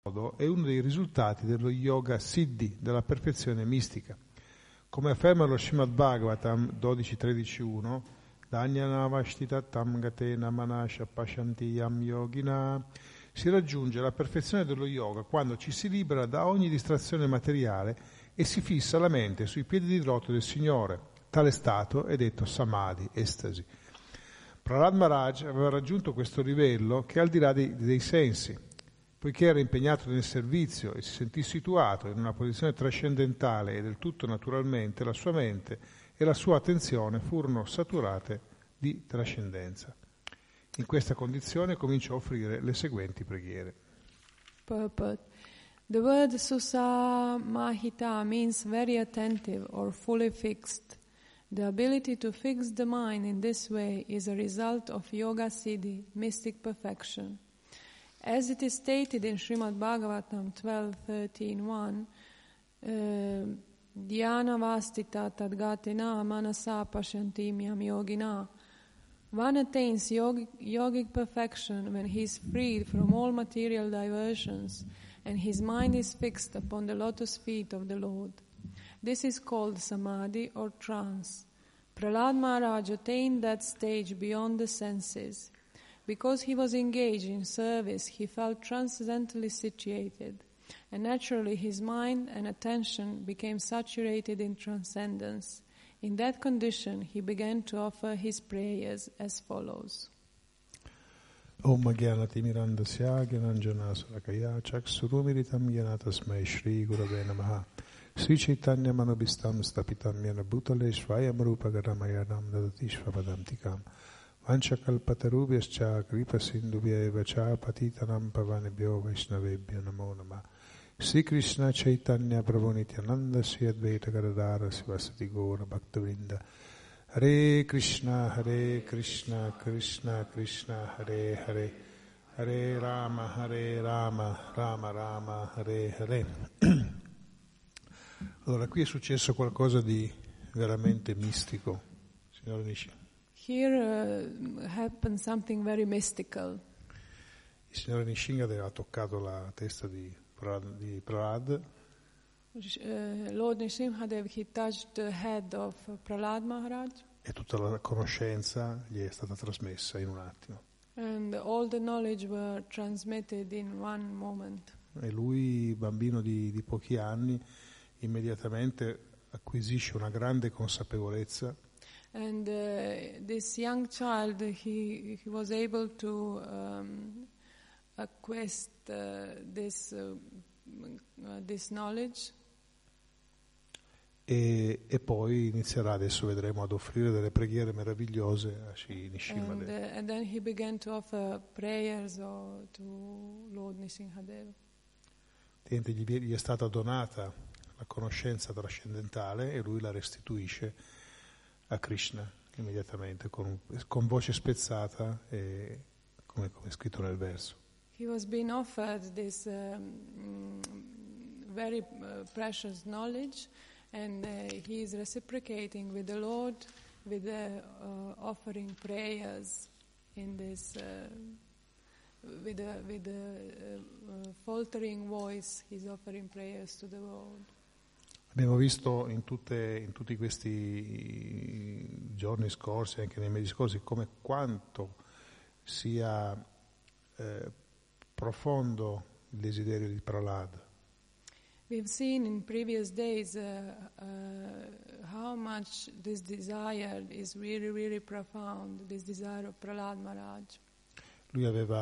è uno dei risultati dello yoga siddhi, della perfezione mistica. Come afferma lo Srimad Bhagavatam 12.13.1, Dhanyanavashtitatam gatena manasha pashanti yam yogina, si raggiunge la perfezione dello yoga quando ci si libera da ogni distrazione materiale e si fissa la mente sui piedi di loto del Signore. Tale stato è detto samadhi, estasi. Prahlad Maharaj aveva raggiunto questo livello che è al di là dei sensi, poiché era impegnato nel servizio e si sentì situato in una posizione trascendentale e del tutto naturalmente, la sua mente e la sua attenzione furono saturate di trascendenza. In questa condizione cominciò a offrire le seguenti preghiere. Purport. The word susamahita means very attentive or fully fixed. The ability to fix the mind in this way is a result of yoga siddhi, mystic perfection. As it is stated in Srimad Bhagavatam 12.13.1, Dhyana vastita tadgatina manasa pashantim yam yogina. One attains yogic perfection when he is freed from all material diversions and his mind is fixed upon the lotus feet of the Lord. This is called samadhi or trance. Prahlad Maharaj attained that stage beyond the senses. Because he was engaged in service, he felt transcendently situated, and naturally his mind and attention became saturated in transcendence. In that condition, he began to offer his prayers as follows. Om Gyanati Mirandasya Gyananjana Sarakaya Chaksurumiritam Gyanatasmai Shri Gurave Namaha Sri Chaitanya Manobhistam Stapitam Yana Bhutale Shvayam Rupa Garamayanam Dadati Shvapadamtikam Vanchakalpatarubhyascha Kripa Sindhubhya Eva Cha Patitanam Pavanebhyo Vaishnavebhyo Namo Namah Sri Krishna Chaitanya Prabhu Nityananda Sri Advaita Gadadara Sivasati Gora Bhaktavinda Hare Krishna Krishna Krishna Hare Hare Hare Rama Rama Rama Hare Hare. Allora qui è successo qualcosa di veramente mistico, signor Nishi. Here happened something very mystical. Il signore Nishinga aveva toccato la testa di Prahlad. Lord Nrsimhadev, he touched the head of Prahlad Maharaj. E tutta la conoscenza gli è stata trasmessa in un attimo. And all the knowledge were transmitted in one moment. E lui, bambino di pochi anni, immediatamente acquisisce una grande consapevolezza. And this young child, he was able to acquire this knowledge. E poi inizierà, adesso vedremo, ad offrire delle preghiere meravigliose a Sri Nrsimhadev. And then he began to offer prayers to Lord Nrsimhadev. Gli è stata donata la conoscenza trascendentale e lui la restituisce a Krishna immediatamente con voce spezzata e come è scritto nel verso. He was being offered this very precious knowledge, and he is reciprocating with the Lord with offering prayers in this with a faltering voice. He's offering prayers to the Lord. Abbiamo visto in tutti questi giorni scorsi, anche nei mesi scorsi, come quanto sia profondo il desiderio di Prahlad. We've seen in previous days how much this desire is really, really profound, this desire of Prahlad Maharaj. Lui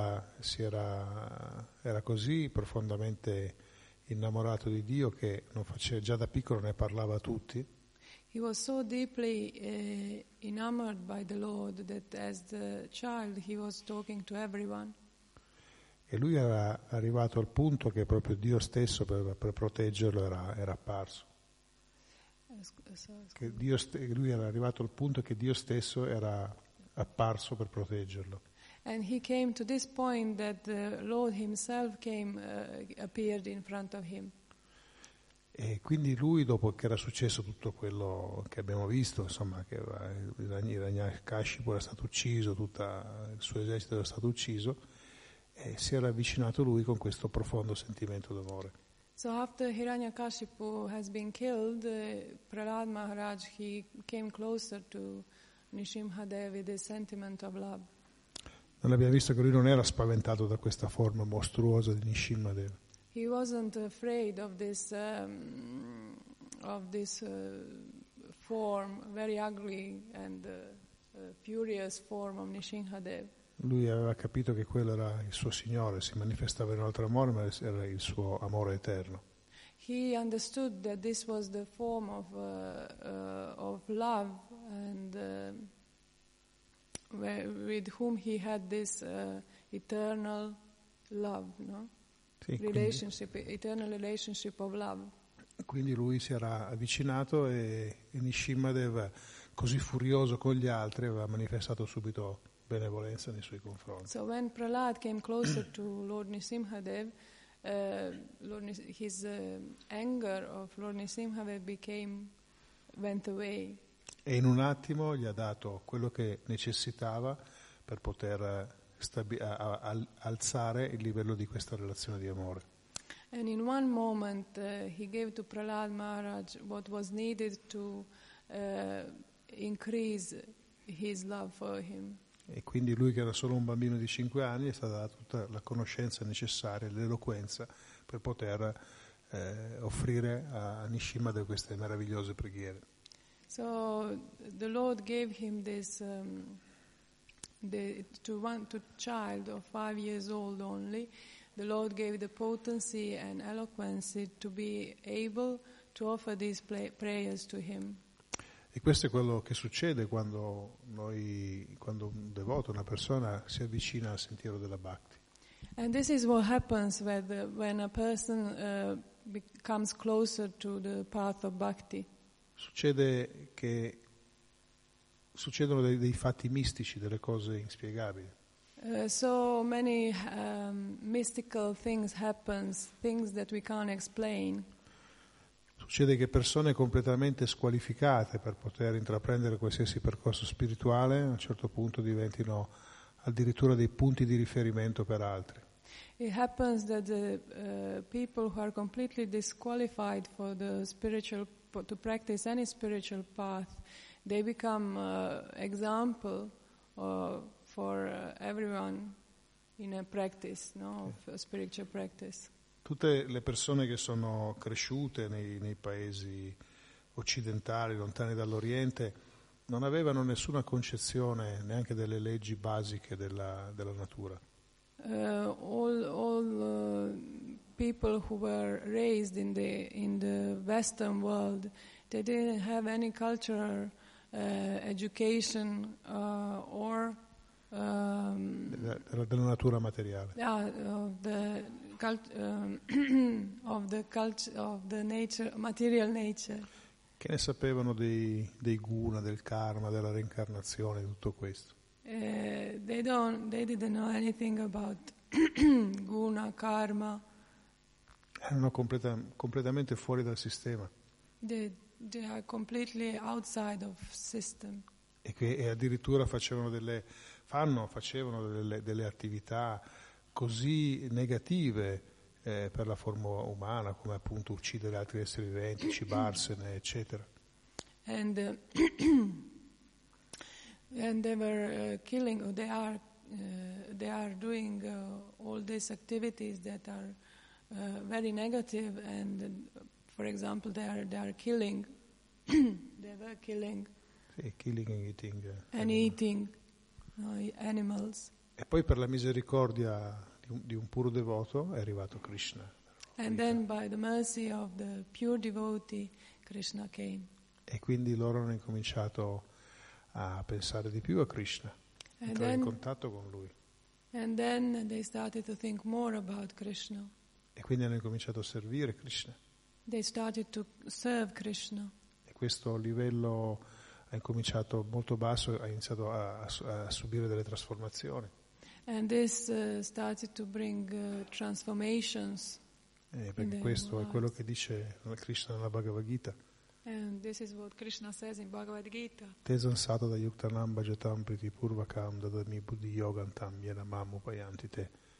era così profondamente innamorato di Dio che già da piccolo ne parlava a tutti. He was so deeply enamored by the Lord that as the child he was talking to everyone. E lui era arrivato al punto che proprio Dio stesso per proteggerlo era apparso. Lui era arrivato al punto che Dio stesso era apparso per proteggerlo. And he came to this point that the Lord himself appeared in front of him. E quindi lui, dopo che era successo tutto quello che abbiamo visto, insomma, che Hiranyakashipu era stato ucciso, tutto il suo esercito era stato ucciso, e si era avvicinato lui con questo profondo sentimento d'amore. So after Hiranyakashipu has been killed, Prahlad Maharaj, he came closer to Nrsimhadev with his sentiment of love. Non abbiamo visto che lui non era spaventato da questa forma mostruosa di Nrsimhadev. He wasn't afraid of this form, very ugly and furious form of Nrsimhadev. Lui aveva capito che quello era il suo Signore, si manifestava in un altro amore, ma era il suo amore eterno. He understood that this was the form of love, and with whom he had this eternal love, no? Sì, Relationship, eternal relationship of love. Quindi lui si era avvicinato e Nrsimhadev, così furioso con gli altri, aveva manifestato subito benevolenza nei suoi confronti. So when Prahlad came closer to Lord Nrsimhadev, his anger of Lord Nrsimhadev went away. E in un attimo gli ha dato quello che necessitava per poter alzare il livello di questa relazione di amore. And in one moment he gave to Prahlad Maharaj what was needed to increase his love for him. E quindi lui, che era solo un bambino di 5 anni, è stata data tutta la conoscenza necessaria, l'eloquenza per poter offrire a Nrsimhadev queste meravigliose preghiere. So the Lord gave him this to child of 5 years old only. The Lord gave the potency and eloquence to be able to offer these prayers to him. E questo è quello che succede quando un devoto, una persona, si avvicina al sentiero della Bhakti. And this is what happens when a person becomes closer to the path of Bhakti. Succedono dei fatti mistici, delle cose inspiegabili. So many mystical things happens, things that we can't explain. Succede che persone completamente squalificate per poter intraprendere qualsiasi percorso spirituale a un certo punto diventino addirittura dei punti di riferimento per altri. It happens that the people who are completely disqualified for the to practice any spiritual path, they become example for everyone in a practice, no, of a spiritual practice. Tutte le persone che sono cresciute nei paesi occidentali, lontani dall'Oriente, non avevano nessuna concezione neanche delle leggi basiche della natura. All people who were raised in the Western world, they didn't have any cultural education or della natura materiale. Of the nature, material nature. Che ne sapevano dei guna, del karma, della reincarnazione, di tutto questo? They didn't know anything about guna, karma. Erano completamente fuori dal sistema. They are completely outside of system. E addirittura facevano delle attività così negative per la forma umana, come appunto uccidere altri esseri viventi, cibarsene, eccetera. And they were killing, or they are doing all these activities that are very negative, and for example they are killing. They were killing. Sì, killing and eating. Eating animals. E poi per la misericordia di un puro devoto è arrivato Krishna. And then by the mercy of the pure devotee, Krishna came. E quindi loro hanno incominciato a pensare di più a Krishna, entrare in contatto con lui. And then they started to think more about Krishna. E quindi hanno incominciato a servire Krishna. They started to serve Krishna. E questo livello ha incominciato molto basso, ha iniziato a subire delle trasformazioni. And this started to bring transformations. Perché questo è quello che dice Krishna nella Bhagavad Gita. And this is what Krishna says in Bhagavad Gita. Tesan satada yuktanam bhajatam priti purvakam dadami buddhi yogantam yena mam upayanti te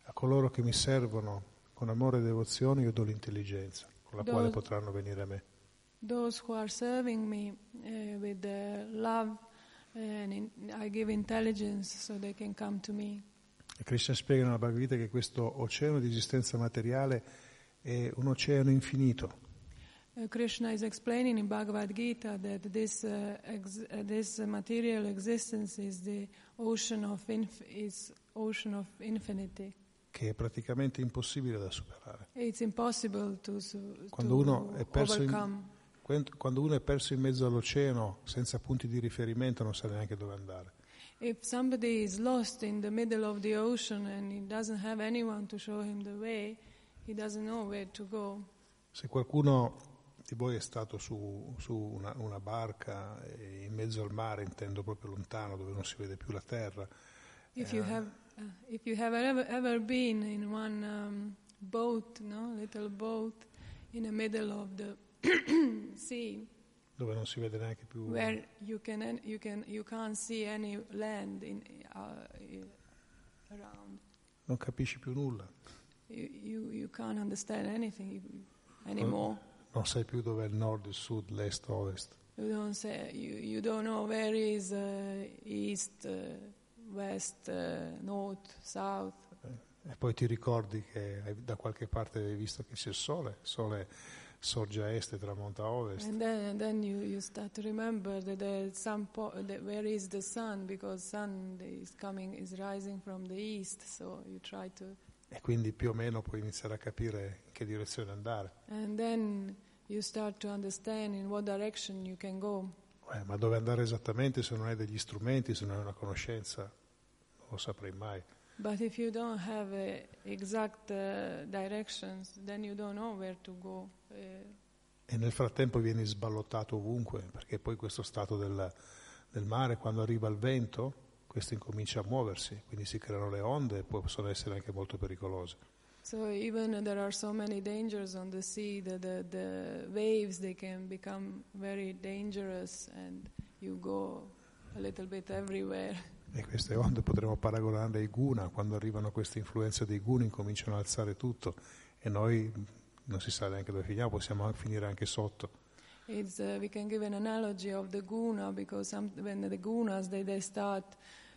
A coloro che mi servono con amore e devozione io do l'intelligenza con la quale potranno venire a me. Those who are serving me with love, I give intelligence so they can come to me. E Krishna spiega nella Bhagavad Gita che questo oceano di esistenza materiale è un oceano infinito. Krishna is explaining in Bhagavad Gita that this material existence is the ocean of infinity. Che è praticamente impossibile da superare. It's impossible to Quando uno è overcome. Quando uno è perso in mezzo all'oceano senza punti di riferimento non sa neanche dove andare. If somebody is lost in the middle of the ocean and he doesn't have anyone to show him the way, he doesn't know where to go. Se qualcuno di voi è stato su una barca in mezzo al mare, intendo proprio lontano, dove non si vede più la terra. If you have ever been in one boat, little boat, in the middle of the sea, dove non si vede neanche più, where you can't see any land around. Non capisci più nulla. You can't understand anything anymore. Non sai più dove è il nord, il sud, l'est, ovest. You don't know where is east, west, north, south. E poi ti ricordi che da qualche parte hai visto che c'è il sole sorge a est e tramonta a ovest. And then you start to remember that where is the sun, because sun is rising from the east, so you try to. E quindi più o meno puoi iniziare a capire in che direzione andare. And then you start to understand in what direction you can go. Ma dove andare esattamente se non hai degli strumenti, se non hai una conoscenza, non lo saprei mai. But if you don't have exact directions, then you don't know where to go. E nel frattempo vieni sballottato ovunque, perché poi questo stato del mare, quando arriva il vento, questo incomincia a muoversi, quindi si creano le onde e possono essere anche molto pericolose. So even there are so many dangers on the sea that the waves, they can become very dangerous and you go a little bit everywhere. E queste onde potremmo paragonarle ai guna, quando arrivano queste influenze dei guna incominciano a alzare tutto e noi non si sa neanche dove finiamo, possiamo finire anche sotto. We can give an analogy of the guna, because when the gunas they start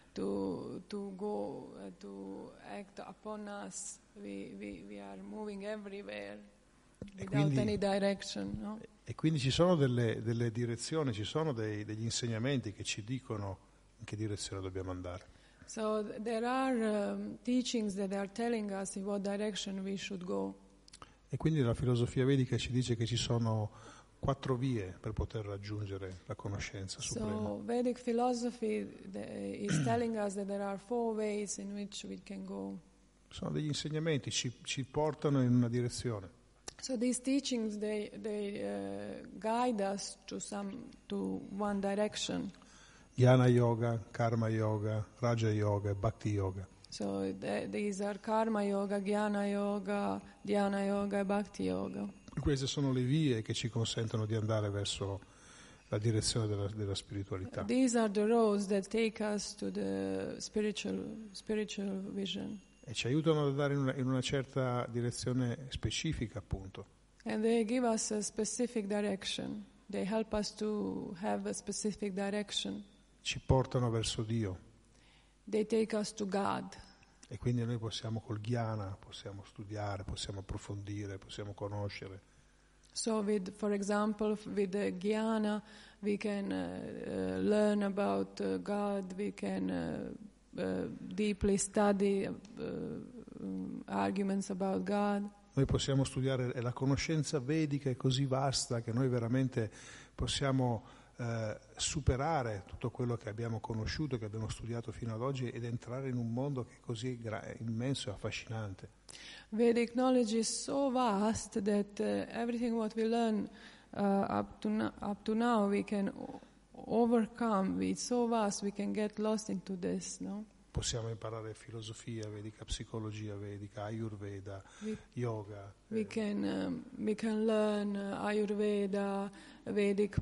to go to act upon us, we are moving everywhere without any direction. No? E quindi ci sono delle direzioni, ci sono degli insegnamenti che ci dicono in che direzione dobbiamo andare. So there are teachings that are telling us in what direction we should go. E quindi la filosofia vedica ci dice che ci sono 4 vie per poter raggiungere la conoscenza suprema. So Vedic philosophy is telling us that there are 4 ways in which we can go. Sono degli insegnamenti, ci portano in una direzione. So these teachings they guide us to one direction. Jnana Yoga, Karma Yoga, Raja Yoga e Bhakti Yoga. So these are Karma Yoga, Jnana Yoga, Dhyana Yoga e Bhakti Yoga. Queste sono le vie che ci consentono di andare verso la direzione della spiritualità. These are the roads that take us to the spiritual vision. E ci aiutano ad andare in una certa direzione specifica, appunto. And they give us a specific direction. They help us to have a specific direction. Ci portano verso Dio. They take us to God. E quindi noi possiamo col jnana, possiamo studiare, possiamo approfondire, possiamo conoscere. So for example, with the jnana, we can learn about God, we can deeply study arguments about God. Noi possiamo studiare, e la conoscenza vedica è così vasta che noi veramente possiamo superare tutto quello che abbiamo conosciuto, che abbiamo studiato fino ad oggi ed entrare in un mondo che è così immenso e affascinante. Vedic knowledge is so vast that everything what we learn up to now we can overcome. It's so vast we can get lost into this, no? Possiamo imparare filosofia vedica, psicologia vedica, Ayurveda, yoga. We can learn Ayurveda, Vedic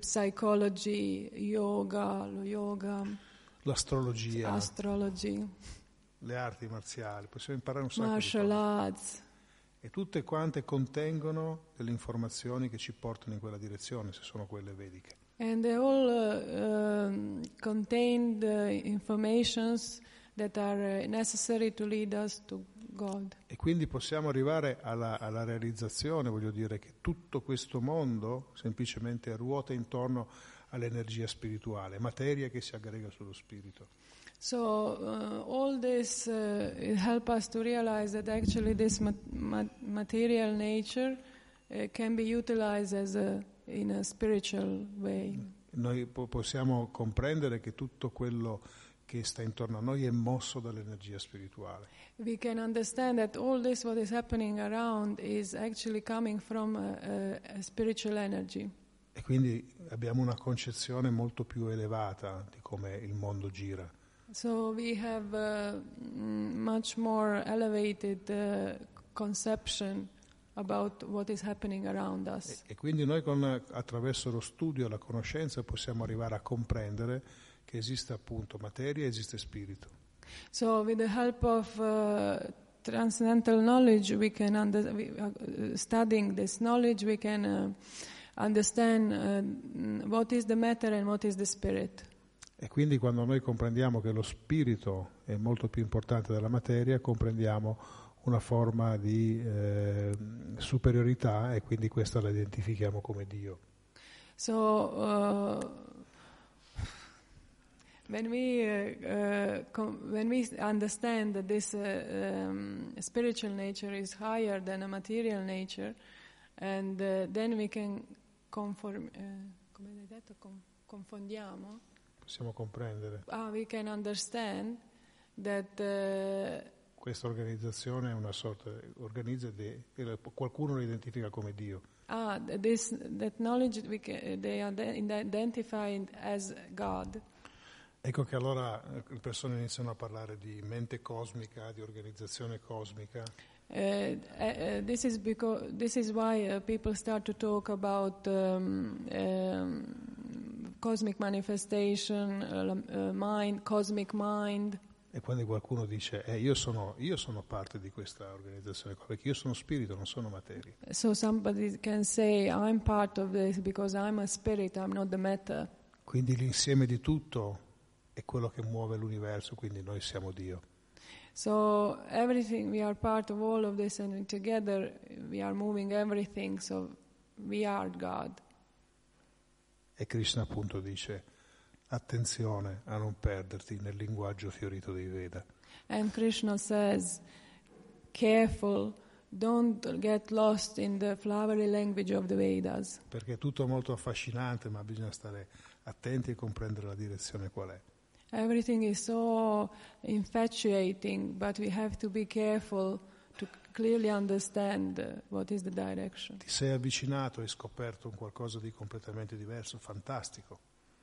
psychology, yoga, l'astrologia, astrology, le arti marziali, possiamo imparare un sacco di martial cose. arts. E tutte quante contengono delle informazioni che ci portano in quella direzione, se sono quelle vediche. And they all contain the informations that are necessary to lead us to God. E quindi possiamo arrivare alla realizzazione, voglio dire, che tutto questo mondo semplicemente ruota intorno all'energia spirituale, materia che si aggrega sullo spirito. So all this help us to realize that actually this material nature can be utilized in a spiritual way. Noi possiamo comprendere che tutto quello che sta intorno a noi è mosso dall'energia spirituale. We can understand that all this what is happening around is actually coming from a spiritual energy. E quindi abbiamo una concezione molto più elevata di come il mondo gira. So we have much more elevated conception about what is happening around us. E quindi noi attraverso lo studio e la conoscenza possiamo arrivare a comprendere che esiste appunto materia e esiste spirito. So with the help of transcendental knowledge, we can studying this knowledge, we can understand what is the matter and what is the spirit. E quindi quando noi comprendiamo che lo spirito è molto più importante della materia, comprendiamo una forma di superiorità e quindi questa la identifichiamo come Dio. So when we understand that this spiritual nature is higher than a material nature, and then we can confondiamo. Possiamo comprendere. We can understand that questa organizzazione è una sorta, qualcuno lo identifica come Dio. That knowledge they are identified as God. Ecco che allora le persone iniziano a parlare di mente cosmica, di organizzazione cosmica. This is why people start to talk about cosmic manifestation, mind, cosmic mind. E quando qualcuno dice io sono parte di questa organizzazione qua, perché io sono spirito, non sono materia. So somebody can say I'm part of this because I'm a spirit, I'm not the matter. Quindi l'insieme di tutto è quello che muove l'universo, quindi noi siamo Dio. So everything, we are part of all of this, and together we are moving everything, so we are God. E Krishna appunto dice attenzione a non perderti nel linguaggio fiorito dei Veda. And Krishna says, careful, don't get lost in the flowery language of the Vedas. Perché è tutto molto affascinante, ma bisogna stare attenti e comprendere la direzione qual è. Everything is so infatuating, but we have to be careful to clearly understand what is the direction. Ti sei avvicinato e hai scoperto un qualcosa di completamente diverso, fantastico.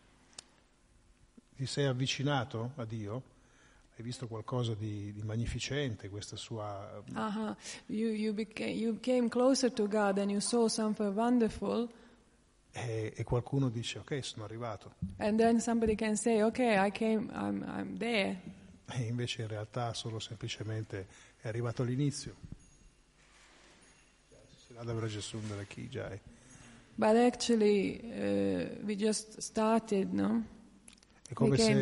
Ti sei avvicinato a Dio, hai visto qualcosa di magnificente, questa sua... You came closer to God and you saw something wonderful. E qualcuno dice, ok, sono arrivato. And then somebody can say, okay, I'm there. E invece in realtà solo semplicemente è arrivato all'inizio. But actually, we just started, no? È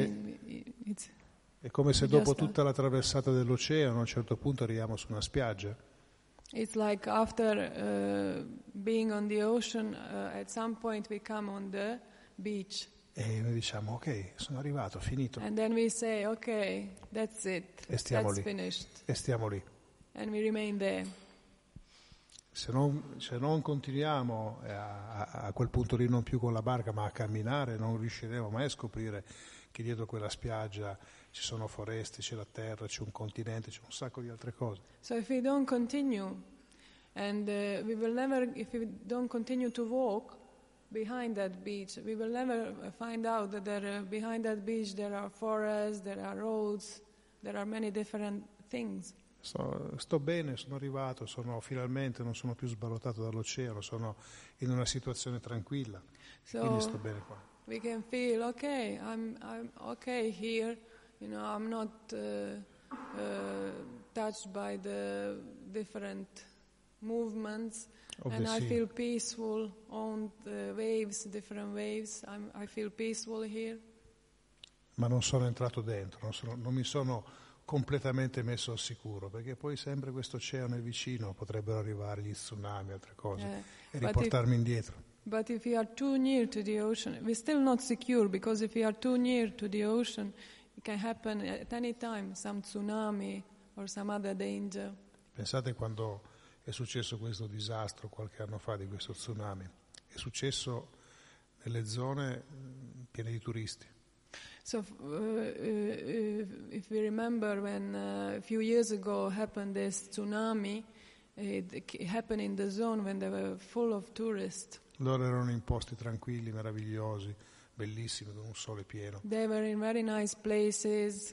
come se dopo tutta la traversata dell'oceano a un certo punto arriviamo su una spiaggia. It's like after being on the ocean, at some point we come on the beach. E noi diciamo, ok, sono arrivato, finito. And then we say, okay, that's it, that's finished. E stiamo lì. And we remain there. Se non continuiamo a quel punto lì, non più con la barca, ma a camminare, non riusciremo mai a scoprire che dietro quella spiaggia ci sono foreste, c'è la terra, c'è un continente, c'è un sacco di altre cose. So if we don't continue, and we will never, if we don't continue to walk behind that beach, we will never find out that behind that beach there are forests, there are roads, there are many different things. Sto bene, sono arrivato, finalmente non sono più sballottato dall'oceano, sono in una situazione tranquilla, quindi sto bene qua. We can feel, okay, I'm okay here, I'm not touched by the different movements, Of and the I sea. feel peaceful on the waves, different waves. I feel peaceful here. Ma non sono entrato dentro, non mi sono completamente messo al sicuro, perché poi sempre questo oceano è vicino, potrebbero arrivare gli tsunami, altre cose, e But riportarmi indietro. But if we are too near to the ocean, we're still not secure, because if we are too near to the ocean, it can happen at any time, some tsunami or some other danger. Pensate quando è successo questo disastro qualche anno fa di questo tsunami. È successo nelle zone piene di turisti. So if we remember when a few years ago happened this tsunami, it happened in the zone when they were full of tourists. Loro erano in posti tranquilli, meravigliosi, bellissimi, con un sole pieno. They were in very nice places,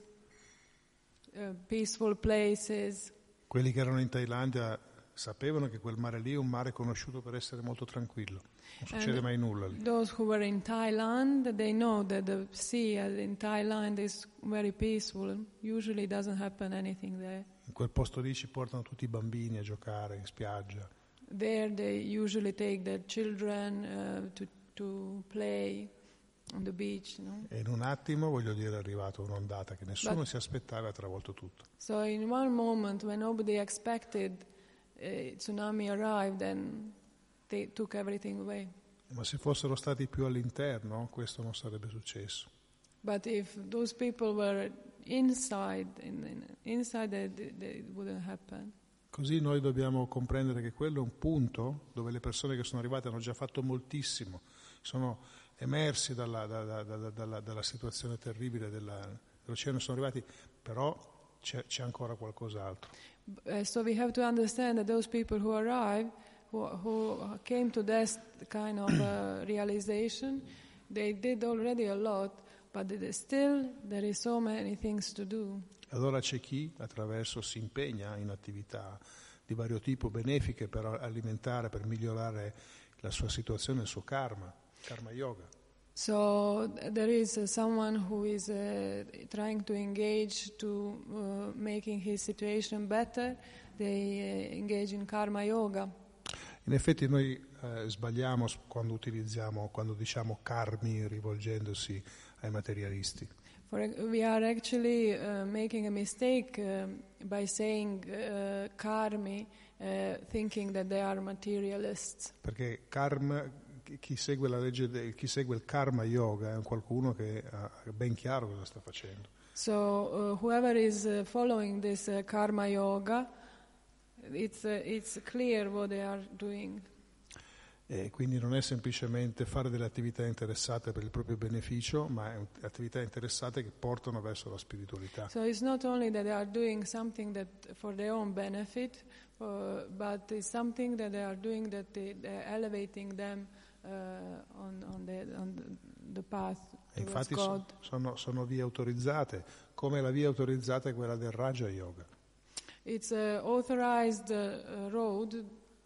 peaceful places. Quelli che erano in Thailandia sapevano che quel mare lì è un mare conosciuto per essere molto tranquillo, non succede mai nulla lì. Those who were in Thailand, they know that the sea in Thailand is very peaceful. Usually doesn't happen anything there. In quel posto lì ci portano tutti i bambini a giocare in spiaggia. There they usually take their children to play on the beach, no? E in un attimo, voglio dire, è arrivata un'ondata che nessuno si aspettava e ha travolto tutto. So in one moment when nobody expected tsunami arrived, and they took everything away. Ma se fossero stati più all'interno, questo non sarebbe successo. But if those people were inside, it wouldn't happen. Così noi dobbiamo comprendere che quello è un punto dove le persone che sono arrivate hanno già fatto moltissimo, sono emersi dalla situazione terribile dell'oceano, sono arrivati, però c'è ancora qualcos'altro. So we have to understand that those people who arrived, who came to that kind of realization, they did already a lot, but still there is so many things to do. Allora c'è chi attraverso si impegna in attività di vario tipo benefiche per alimentare, per migliorare la sua situazione, il suo karma yoga. So there is someone who is trying to engage to making his situation better. They engage in karma yoga. In effetti noi sbagliamo quando diciamo karmi rivolgendosi ai materialisti. We are actually making a mistake by saying karmi, thinking that they are materialists. Perché karma, chi segue la legge, chi segue il karma yoga è qualcuno che ha ben chiaro cosa sta facendo. So whoever is following this karma yoga, it's clear what they are doing. E quindi non è semplicemente fare delle attività interessate per il proprio beneficio, ma è attività interessate che portano verso la spiritualità. So it's not only that they are doing something that for their own benefit, but it's something that they are doing that they're elevating them on the path E towards infatti God. sono vie autorizzate, come la via autorizzata è quella del Raja Yoga. It's an authorized road,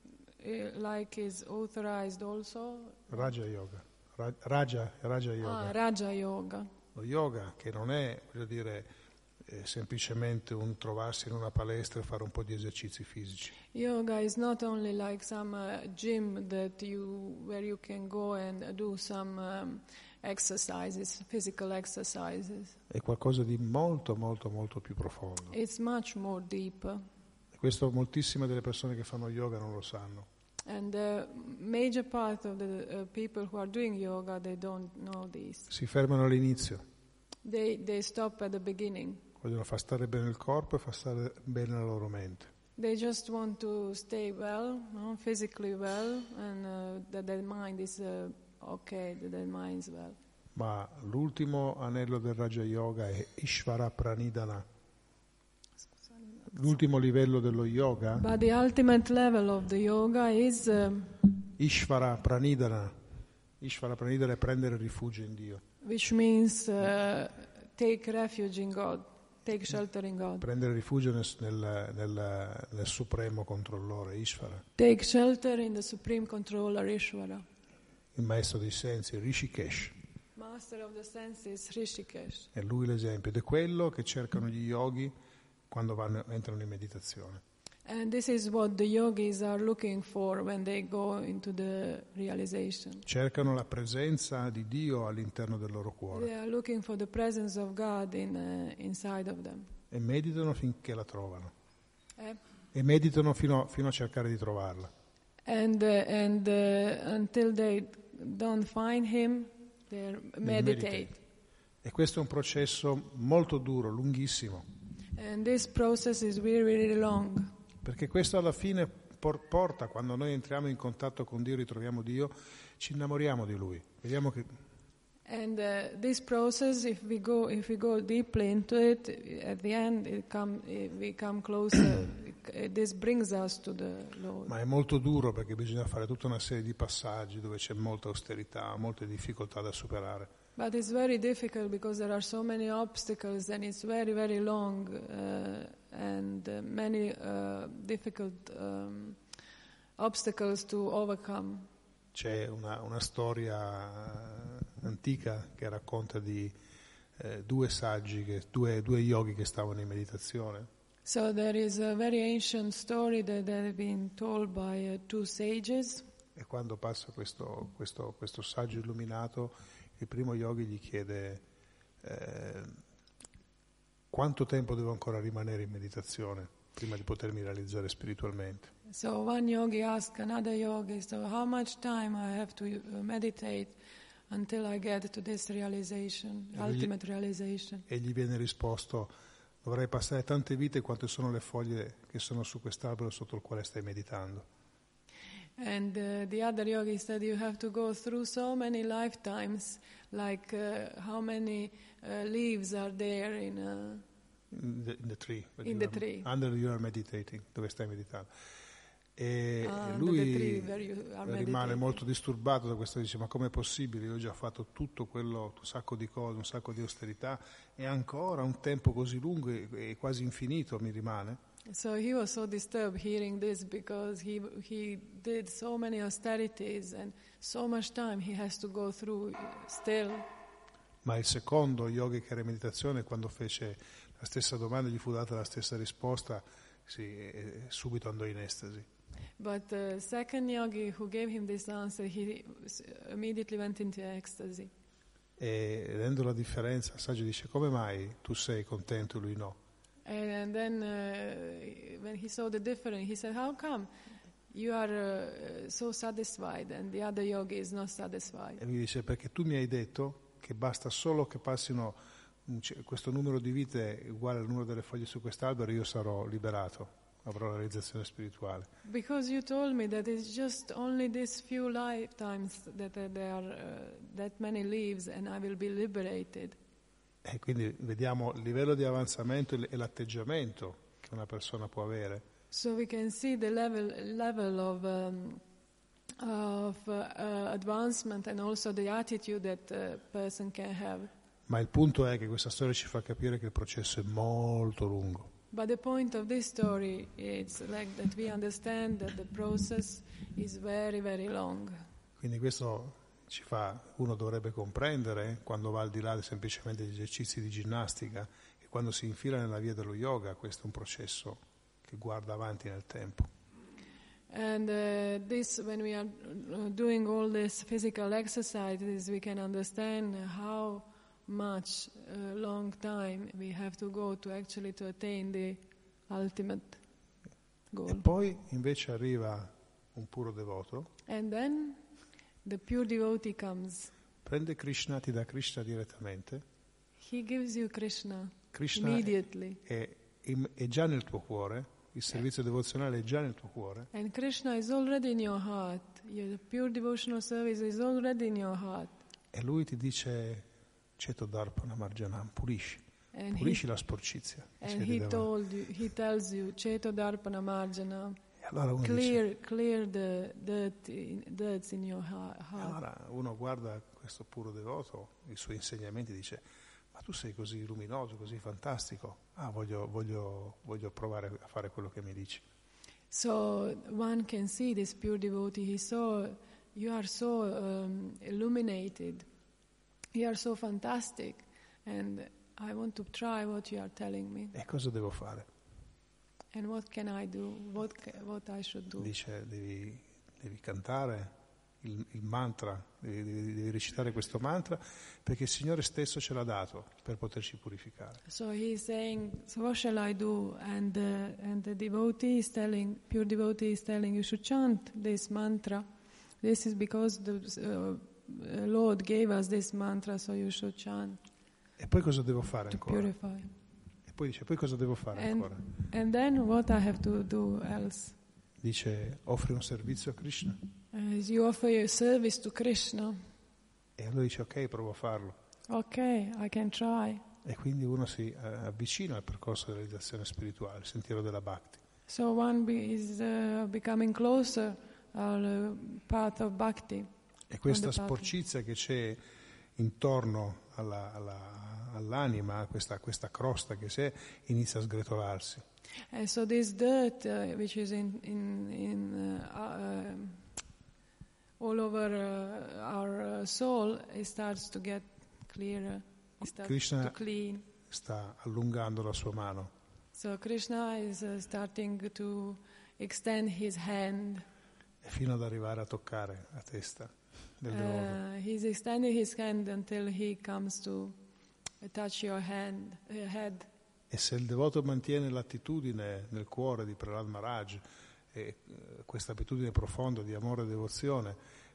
like is authorized also. Raja Yoga. Raja Yoga. Raja Yoga. Lo yoga che non è, voglio dire, semplicemente un trovarsi in una palestra e fare un po' di esercizi fisici. Yoga is not only like some gym where you can go and do some exercises, physical exercises. È qualcosa di molto, molto, molto più profondo. It's much more deeper. E questo moltissime delle persone che fanno yoga non lo sanno. And the major part of the people who are doing yoga, they don't know this. Si fermano all'inizio, They stop at the beginning. vogliono far stare bene il corpo e far stare bene la loro mente. They just want to stay well, physically well, and that their mind is okay, that their mind is well. Ma l'ultimo anello del Raja Yoga è Ishvara Pranidhana. L'ultimo livello dello yoga, But the ultimate level of the yoga is Ishvara Pranidhana. Ishvara Pranidhana è prendere rifugio in Dio. which means take refuge in God, take shelter in God. Prendere rifugio nel supremo controllore, Ishvara, Take shelter in the supreme controller Ishvara. il maestro dei sensi, Rishikesh. Master of the senses Rishikesh. È lui l'esempio ed è quello che cercano gli yogi quando entrano in meditazione. And this is what the yogis are looking for when they go into the realization. Cercano la presenza di Dio all'interno del loro They cuore are looking for the presence of God inside of them. e meditano finché la trovano. Eh? E meditano fino a cercare di trovarla. And until they don't find him, they meditate. E questo è un processo molto duro, lunghissimo, And this process is really, really long. perché questo alla fine porta, quando noi entriamo in contatto con Dio, ritroviamo Dio, ci innamoriamo di Lui. Vediamo che And this process, if we go deeply into it, at the end we come closer. This brings us to the Lord. ma è molto duro perché bisogna fare tutta una serie di passaggi dove c'è molta austerità, molte difficoltà da superare. But it's very difficult because there are so many obstacles and it's very, very long and many difficult obstacles to overcome. C'è una storia antica che racconta di due saggi, due yogi che stavano in meditazione. So there is a very ancient story that has been told by two sages. E quando passa questo saggio illuminato, il primo yogi gli chiede quanto tempo devo ancora rimanere in meditazione prima di potermi realizzare spiritualmente. So one yogi asked another yogi, so how much time I have to meditate until I get to this realization, ultimate realization? E gli viene risposto: dovrai passare tante vite quante sono le foglie che sono su quest'albero sotto il quale stai meditando. And the other yogi said you have to go through so many lifetimes, like how many leaves are there in the tree. In the tree. Under you are meditating, dove stai meditando. E the lui tree where you are rimane meditating. molto disturbato da questo, dice: ma com'è possibile? Io ho già fatto tutto quello, un sacco di cose, un sacco di austerità, e ancora un tempo così lungo e quasi infinito mi rimane. So he was so disturbed hearing this because he did so many austerities and so much time he has to go through still. Ma il secondo yogi che era in meditazione, quando fece la stessa domanda gli fu data la stessa risposta, subito andò in estasi. But the second yogi who gave him this answer, he immediately went into ecstasy. E vedendo la differenza, il saggio dice: come mai tu sei contento e lui no? And then when he saw the difference, he said, how come you are so satisfied and the other yogi is not satisfied? E lui dice: perché tu mi hai detto che basta solo che passino questo numero di vite uguale al numero delle foglie su quest'albero e io sarò liberato, avrò la realizzazione spirituale. Because you told me that it's just only these few lifetimes that there are that many leaves and I will be liberated. E quindi vediamo il livello di avanzamento e l'atteggiamento che una persona può avere. So we can see the level of advancement and also the attitude that a person can have. Ma il punto è che questa storia ci fa capire che il processo è molto lungo. But the point of this story is like that we understand that the process is very, very long. Quindi questo uno dovrebbe comprendere quando va al di là semplicemente degli esercizi di ginnastica e quando si infila nella via dello yoga. Questo è un processo che guarda avanti nel tempo. And when we are doing all these physical exercises, we can understand how much long time we have to go to actually to attain the ultimate goal. E poi invece arriva un puro devoto. And then the pure devotee comes. Prende Krishna, ti dà Krishna direttamente. He gives you Krishna Krishna immediately. È già nel tuo cuore, il servizio devozionale è già nel tuo cuore. And Krishna is already in your heart. The pure devotional service is already in your heart. E lui ti dice: Ceto Darpana Marjanam, pulisci la sporcizia. And he tells you, Ceto Darpana Marjana, e allora uno clear the dirt in your heart. Allora uno guarda questo puro devoto, i suoi insegnamenti, dice: ma tu sei così luminoso, così fantastico, voglio provare a fare quello che mi dici. So one can see this pure devotee, you are so illuminated, you are so fantastic, and I want to try what you are telling me. E cosa devo fare? And what can I do? What I should do? Dice devi cantare il mantra, devi recitare questo mantra perché il Signore stesso ce l'ha dato per poterci purificare. So he's saying, so what shall I do? And the devotee is telling, pure devotee is telling, you should chant this mantra. This is because the Lord gave us this mantra, so you should chant. E poi cosa devo fare to ancora? Purify. E poi dice, poi cosa devo fare ancora? And then what I have to do else? Dice, offri un servizio a Krishna. You offer your service to Krishna. E allora dice, ok, provo a farlo. Okay, I can try. E quindi uno si avvicina al percorso di realizzazione spirituale, il sentiero della Bhakti. So one is becoming closer al path of Bhakti. E questa sporcizia che c'è intorno all'anima, questa crosta che c'è, inizia a sgretolarsi. And so this dirt, which is all over our soul, it starts to get clearer. It starts Krishna to clean. sta allungando la sua mano. So Krishna is starting to extend his hand. E fino ad arrivare a toccare la testa del devoto. He's extending his hand until he comes to touch your head. E se il devoto mantiene l'attitudine nel cuore di Prahlad Maharaj, e questa abitudine profonda di amore e devozione,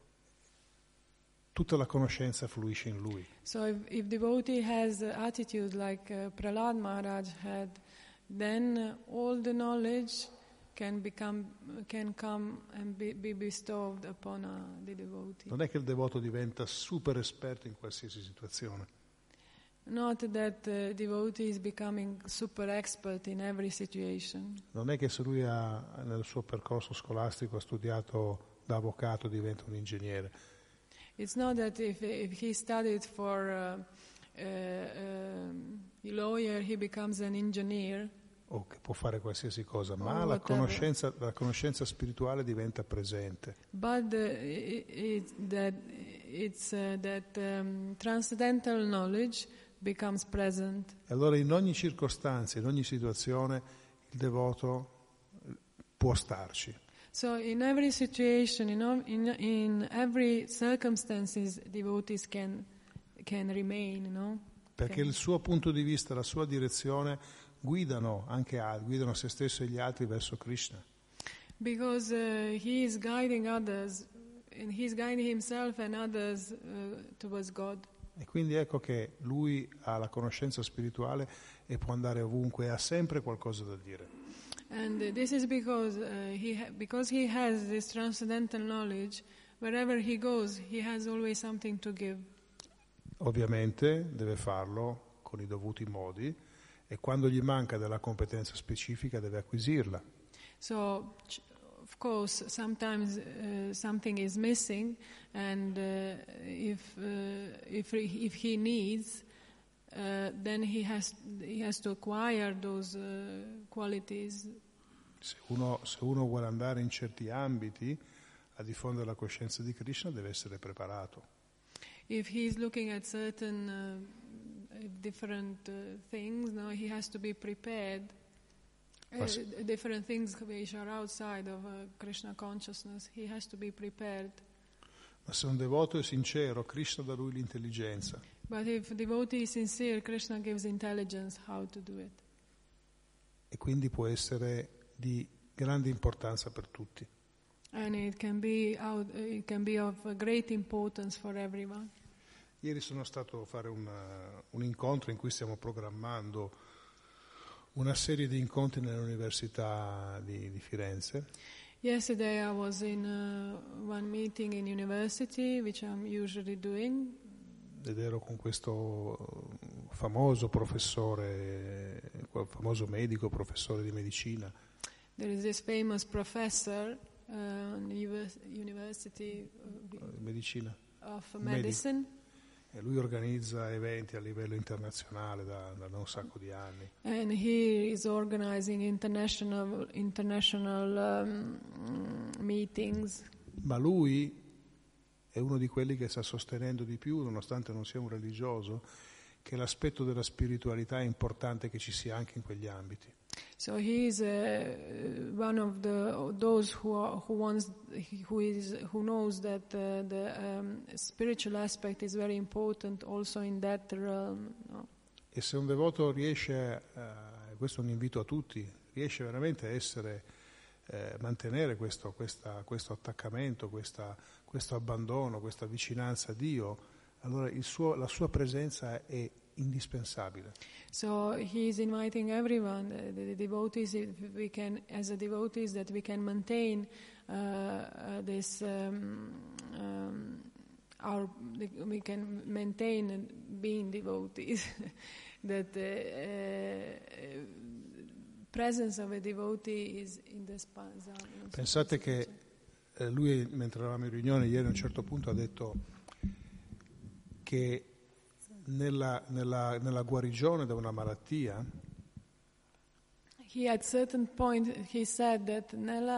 tutta la conoscenza fluisce in lui. So if devotee has the attitude like Prahlad Maharaj had, then all the knowledge can come and be bestowed upon the devotee. Non è che il devoto diventa super esperto in qualsiasi situazione. Not that devotee is becoming super expert in every situation. Non è che se lui nel suo percorso scolastico ha studiato da avvocato diventa un ingegnere. It's not that if he studied for a lawyer, he becomes an engineer. O che può fare qualsiasi cosa, ma la conoscenza spirituale diventa presente. But transcendental knowledge becomes present. E allora in ogni circostanza, in ogni situazione, il devoto può starci. So in every situation, in every circumstances, devotees can remain, no? Perché il suo punto di vista, la sua direzione guidano se stesso e gli altri verso Krishna. Because he is guiding others, and he is guiding himself and others towards God. E quindi ecco che lui ha la conoscenza spirituale e può andare ovunque e ha sempre qualcosa da dire. And this is because he has this transcendental knowledge. Wherever he goes, he has always something to give. Ovviamente deve farlo con i dovuti modi e quando gli manca della competenza specifica deve acquisirla. So, of course, sometimes something is missing, and if he needs, then he has to acquire those qualities. Se uno vuole andare in certi ambiti a diffondere la coscienza di Krishna deve essere preparato. If he's looking at certain different things, no, he has to be prepared. Different things which are outside of Krishna consciousness, he has to be prepared. Ma se un devoto è sincero, Krishna dà lui l'intelligenza. But if devotee is sincere, Krishna gives intelligence how to do it. E quindi può essere di grande importanza per tutti. And it can be of great importance for everyone. Ieri sono stato a fare un incontro in cui stiamo programmando una serie di incontri nell'Università di Firenze. Yesterday I was in one meeting in university, which I'm usually doing. Ed ero con questo famoso professore, famoso medico, professore di medicina. There is this famous professor University medicina. of Medicine. E lui organizza eventi a livello internazionale da un sacco di anni. And he is organizing international meetings. Ma lui è uno di quelli che sta sostenendo di più, nonostante non sia un religioso, che l'aspetto della spiritualità è importante che ci sia anche in quegli ambiti. So he is one of those who knows that the spiritual aspect is very important also in that realm. No? E se un devoto riesce, questo è un invito a tutti, riesce veramente a essere, mantenere questo attaccamento, questo abbandono, questa vicinanza a Dio, allora la sua presenza è indispensabile. So he is inviting everyone, the devotees, if we can, as a devotees, that we can maintain this. We can maintain being devotees. That presence of a devotee is indispensable. Pensate che lui, mentre eravamo in riunione ieri, a un certo punto ha detto che nella guarigione da una malattia, he at certain point he said that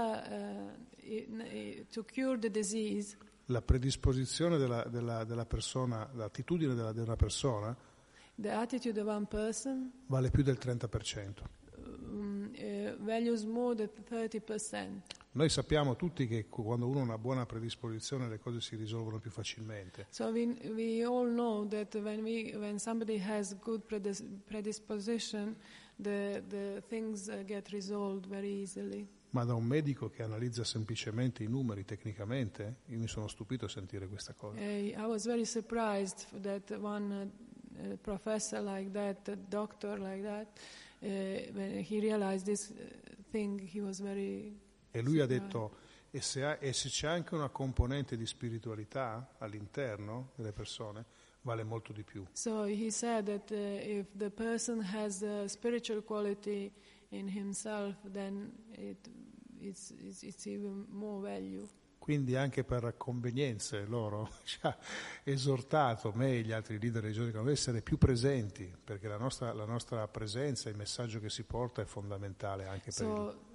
to cure the disease, la predisposizione della persona, l'attitudine di una persona, the attitude of one person vale più del 30%. Values more than 30%. Noi sappiamo tutti che quando uno ha una buona predisposizione le cose si risolvono più facilmente. So we all know that when somebody has good predisposition, the things get resolved very easily. Ma da un medico che analizza semplicemente i numeri tecnicamente, io mi sono stupito a sentire questa cosa. I was very surprised that one professor like that, a doctor like that, when he realized this thing, he was very. E lui ha detto, e se c'è anche una componente di spiritualità all'interno delle persone, vale molto di più. So he said that if the person has a spiritual quality in himself, then it's even more value. Quindi anche per convenienze loro ci ha esortato me e gli altri leader religiosi ad essere più presenti, perché la nostra presenza, il messaggio che si porta è fondamentale anche per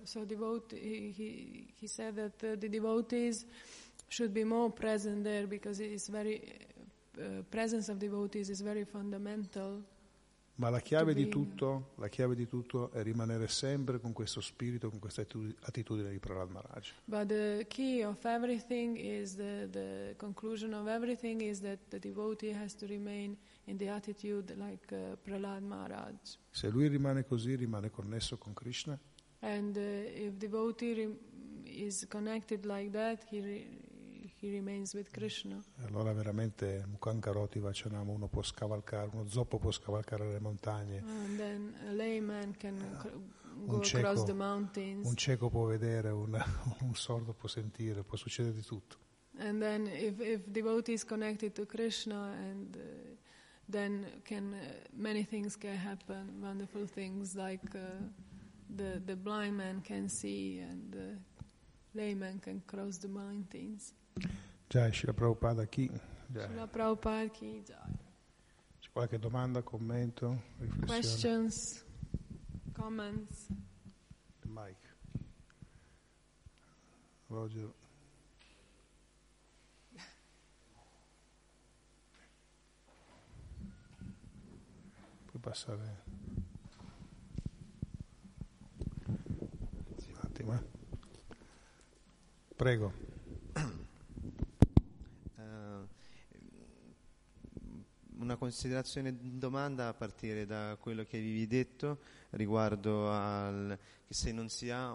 he said that the devotees should be more present there because it's presence of devotees is very fundamental. Ma la chiave di tutto è rimanere sempre con questo spirito, con questa attitudine di Prahlad Maharaj. But the key of everything is the conclusion of everything is that the devotee has to remain in the attitude like Prahlad Maharaj. Se lui rimane così, rimane connesso con Krishna. And if devotee is connected like that, he remains with Krishna. Allora veramente Mukhankaroti Vachanam, uno zoppo può scavalcare le montagne. And then a layman can go across the mountains. Un cieco può vedere, un sordo può sentire, può succedere di tutto. And then if devotee is connected to Krishna, and then many things can happen, wonderful things like the blind man can see and the layman can cross the mountains. Jai Srila Prabhupada chi? Srila Prabhupada chi jai. C'è qualche domanda, commento, riflessione? Questions, comments? The mic. Roger. Puoi passare un attimo, Prego. Una considerazione, domanda a partire da quello che avevi detto riguardo che se non si ha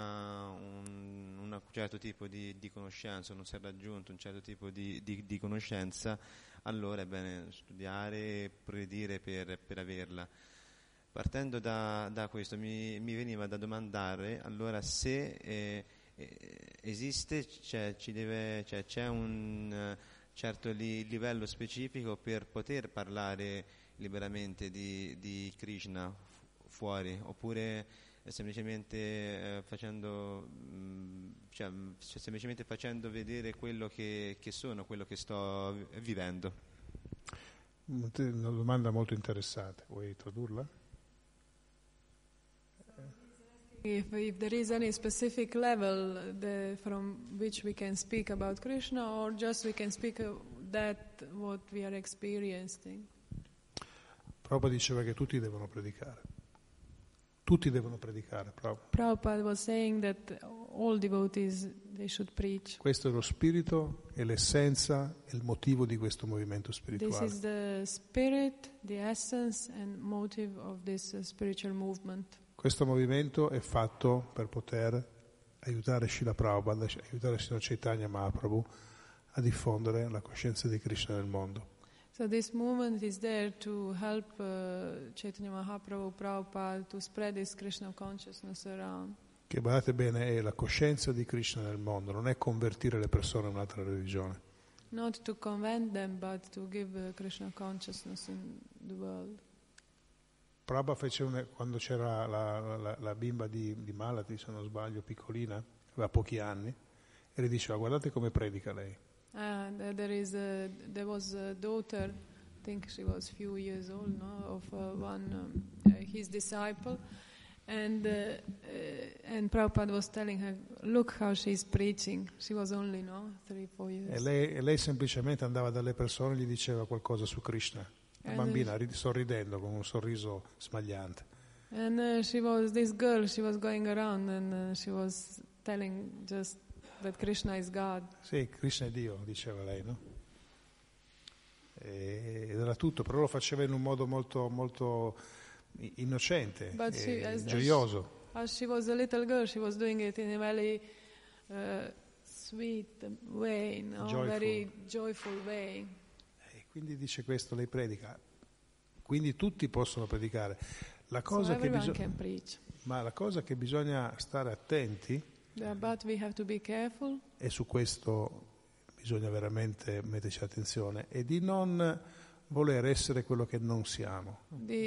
un certo tipo di conoscenza, non si è raggiunto un certo tipo di conoscenza, allora è bene studiare, progredire per averla. Partendo da questo mi veniva da domandare allora se esiste, c'è un certo livello specifico per poter parlare liberamente di Krishna fuori, oppure semplicemente semplicemente facendo vedere quello che sono, quello che sto vivendo. Una domanda molto interessante, vuoi tradurla? If there is any specific level from which we can speak about Krishna, or just we can speak that what we are experiencing. Prabhupada diceva che tutti devono predicare. Tutti devono predicare, Prabhupada. Prabhupada was saying that all devotees, they should preach. Questo è lo spirito e l'essenza e il motivo di questo movimento This spirituale. is the spirit, the essence and motive of this spiritual movement. Questo movimento è fatto per poter aiutare Srila Prabhupada, aiutare Srila Chaitanya Mahaprabhu a diffondere la coscienza di Krishna nel mondo. So this movement is there to help Chaitanya Mahaprabhu, Prabhupada, to spread this Krishna consciousness around. Che badate bene è la coscienza di Krishna nel mondo, non è convertire le persone a un'altra religione. Not to convert them, but to give Krishna consciousness in the world. Prabhupada fece quando c'era la bimba di Malati, se non sbaglio, piccolina, aveva pochi anni, e le diceva: guardate come predica lei. There was a daughter, I think she was few years old, no, of his disciple, and Prabhupada was telling her, look how she's preaching. She was only 3-4 years. E lei semplicemente andava dalle persone e gli diceva qualcosa su Krishna. La bambina sorridendo con un sorriso smagliante. And this girl, she was going around and she was telling just that Krishna is God. Sì, Krishna è Dio, diceva lei, no? Ed era tutto, però lo faceva in un modo molto, molto innocente, gioioso. As she was a little girl, she was doing it in a very sweet way, very joyful way. E quindi dice questo, lei predica. Quindi tutti possono predicare. La cosa ma la cosa che bisogna stare attenti, but we have to be careful. E su questo bisogna veramente metterci attenzione, è di non voler essere quello che non siamo.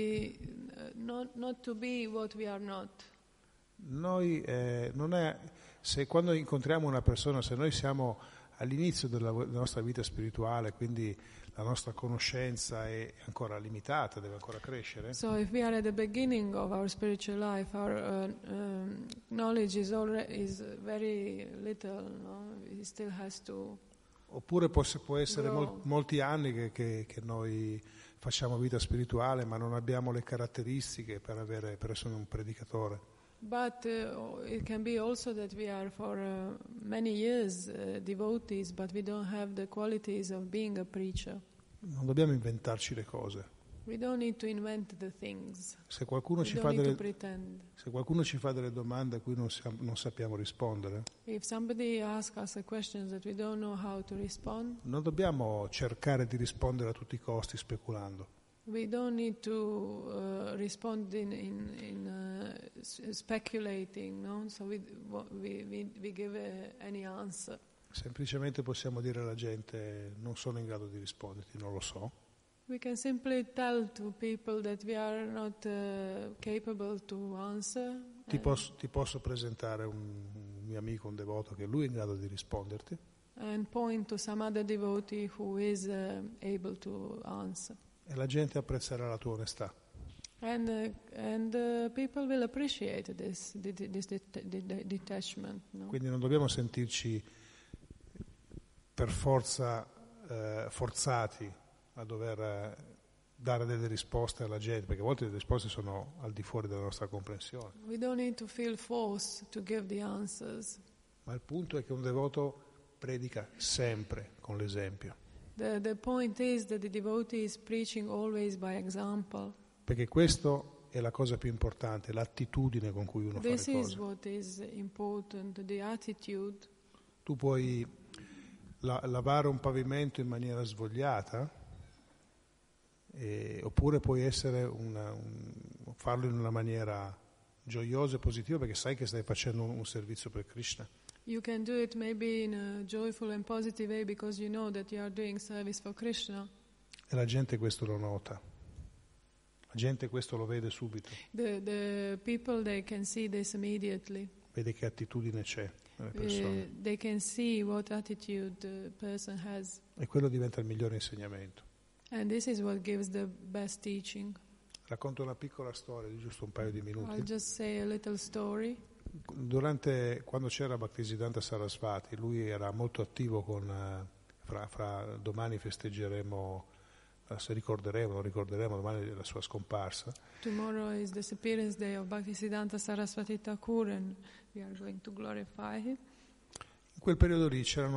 Not to be what we are not. Noi non è, se quando incontriamo una persona, se noi siamo all'inizio della nostra vita spirituale, quindi la nostra conoscenza è ancora limitata, deve ancora crescere. So if we are at the beginning of our spiritual life, our knowledge is very little, no? It still has to. Oppure può essere molti anni che noi facciamo vita spirituale, ma non abbiamo le caratteristiche per essere un predicatore. But it can be also that we are for many years devotees, but we don't have the qualities of being a preacher. Non dobbiamo inventarci le cose. We don't need to invent the things. Se qualcuno ci fa delle domande a cui non sappiamo rispondere, if somebody asks us a question that we don't know how to respond, non dobbiamo cercare di rispondere a tutti i costi speculando. We don't need to respond in speculating, no? So we give any answer. Semplicemente possiamo dire alla gente: non sono in grado di risponderti, non lo so. We can simply tell to people that we are not capable to answer. Ti posso presentare un mio amico, un devoto, che lui è in grado di risponderti. And point to some other devotee who is able to answer. E la gente apprezzerà la tua onestà. And people will appreciate this detachment. No? Quindi non dobbiamo sentirci per forza forzati a dover dare delle risposte alla gente, perché a volte le risposte sono al di fuori della nostra comprensione. We don't need to feel forced to give the answers. Ma il punto è che un devoto predica sempre con l'esempio. The point is that the devotee is preaching always by example. Perché questo è la cosa più importante, l'attitudine con cui uno fa le cose. This is what is important, the attitude. Tu puoi lavare un pavimento in maniera svogliata, oppure puoi essere farlo in una maniera gioiosa e positiva, perché sai che stai facendo un servizio per Krishna. You can do it maybe in a joyful and positive way because you know that you are doing service for Krishna. E la gente questo lo nota. La gente questo lo vede subito. The people, they can see this immediately. Vede che attitudine c'è nelle persone. They can see what attitude the person has. E quello diventa il migliore insegnamento. And this is what gives the best teaching. Racconto una piccola storia di giusto un paio di minuti. I'll just say a little story. Quando c'era Bhaktisiddhanta Sarasvati, lui era molto attivo fra domani festeggeremo se ricorderemo domani la sua scomparsa. Tomorrow is the disappearance day of Bhaktisiddhanta Saraswati Thakur and we are going to glorify him. In quel periodo lì c'era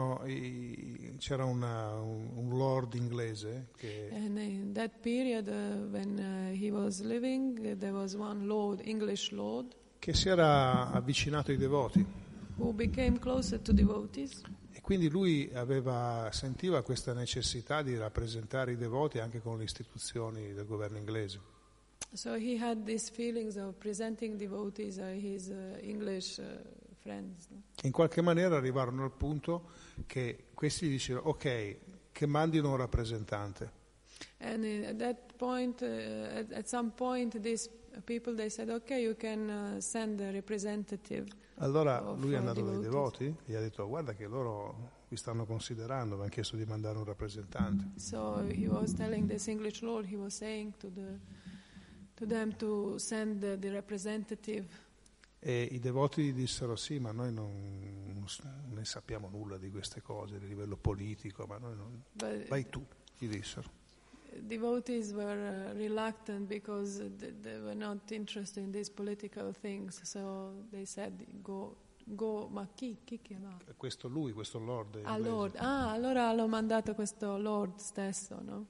un lord inglese che And in that period, when he was living, there was one lord, English lord, che si era avvicinato ai devoti who became closer to devotees. e quindi lui sentiva questa necessità di rappresentare i devoti anche con le istituzioni del governo inglese. So he had these feelings of presenting devotees his English friends. No? In qualche maniera arrivarono al punto che questi gli dicevano ok, che mandino un rappresentante. And at that point, at some point, these people, they said, okay, you can send a representative. Allora of lui è andato dai devotees. devoti e gli ha detto guarda che loro vi stanno considerando, mi hanno chiesto di mandare un rappresentante. So he was telling this English lord, he was saying to them to send the representative. E i devoti gli dissero sì, ma noi non ne sappiamo nulla di queste cose, di livello politico, ma noi non... But Vai tu, gli dissero. devotees were reluctant because they were not interested in these political things. So they said, go, ma chi chiama? Questo lord Ah, inglese. Lord. Ah, allora hanno mandato questo Lord stesso, no?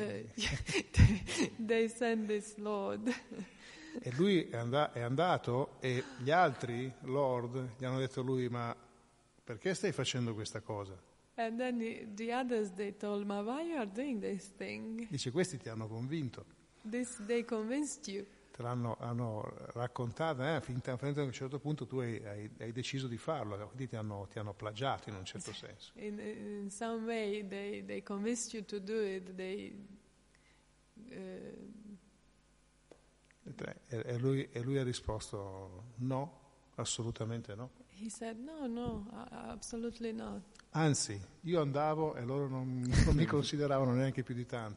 They sent this Lord. E lui è andato e gli altri lord gli hanno detto a lui ma perché stai facendo questa cosa? And then the others, they told, ma why you are doing this thing? Dice questi ti hanno convinto, They convinced you. te hanno raccontato, finché a un certo punto tu hai deciso di farlo, quindi ti hanno plagiato in un certo senso. In some way, they convinced you to do it. E lui ha risposto no, assolutamente no. He said, no, absolutely not. Anzi, io andavo e loro non mi consideravano neanche più di tanto.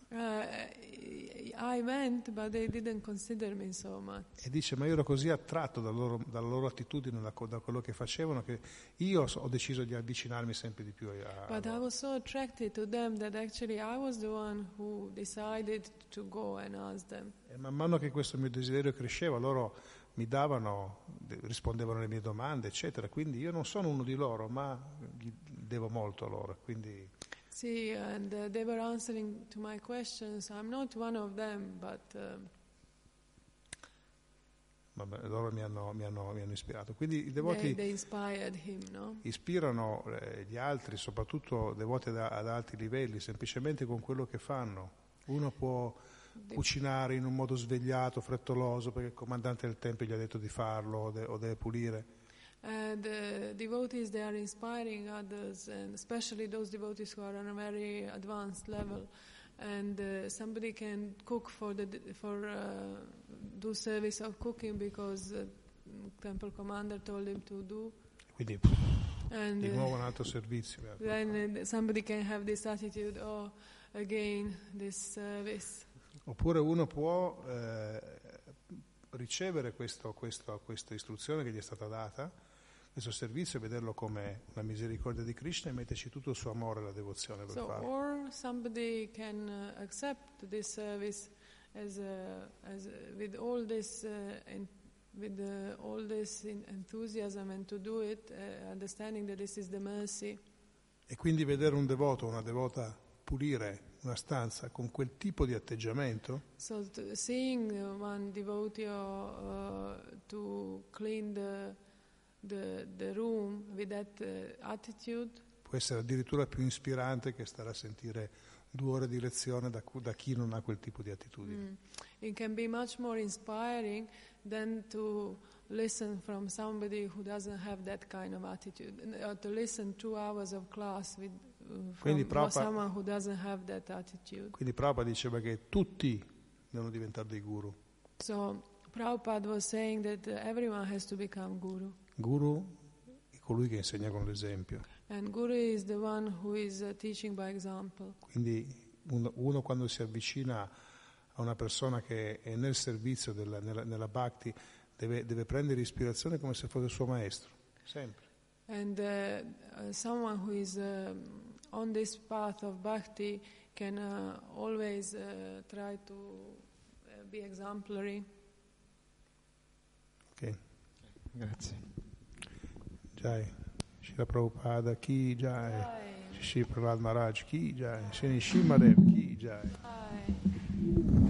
I went, but they didn't consider me so much. E dice, ma io ero così attratto dalla loro attitudine, da quello che facevano, che io ho deciso di avvicinarmi sempre di più a But I loro. was so attracted to them that actually I was the one who decided to go and ask them. E man mano che questo mio desiderio cresceva, loro mi rispondevano alle mie domande, eccetera. Quindi io non sono uno di loro, ma gli devo molto a loro. Quindi See, and they were answering to my questions. I'm not one of them, but loro mi hanno ispirato. Quindi i devoti they inspired him, no? ispirano gli altri, soprattutto devoti ad alti livelli, semplicemente con quello che fanno. Uno può cucinare in un modo svegliato, frettoloso, perché il comandante del tempio gli ha detto di farlo o deve pulire. The devotees, they are inspiring others, and especially those devotees who are on a very advanced level. And somebody can cook do service of cooking because temple commander told him to do. Quindi And di nuovo un altro servizio. then somebody can have this attitude, oh, again, this service. Oppure uno può ricevere questa istruzione che gli è stata data, questo servizio, e vederlo come una misericordia di Krishna e metterci tutto il suo amore e la devozione per farlo. Or somebody can accept this service with all this enthusiasm and to do it, understanding that this is the mercy. E quindi vedere un devoto o una devota pulire una stanza con quel tipo di atteggiamento So seeing one devotee to clean the room with that attitude può essere addirittura più ispirante che stare a sentire 2 ore di lezione da chi non ha quel tipo di attitudine. It can be much more inspiring than to listen from somebody who doesn't have that kind of attitude, or to listen 2 hours of class from someone who doesn't have that attitude. Quindi Prabhupada diceva che tutti devono diventare dei guru. So Prabhupada was saying that everyone has to become guru. Guru è colui che insegna con l'esempio. And guru is the one who is teaching by example. Quindi uno quando si avvicina a una persona che è nel servizio nella bhakti deve prendere ispirazione come se fosse il suo maestro, sempre. And someone who is on this path of bhakti, can always try to be exemplary. Ok, Grazie. Jai. Srila Prabhupada Ki Jai. Jai. Shri Prahlad Maharaj Ki Jai. Shri Nishimadev Ki Jai. Jai.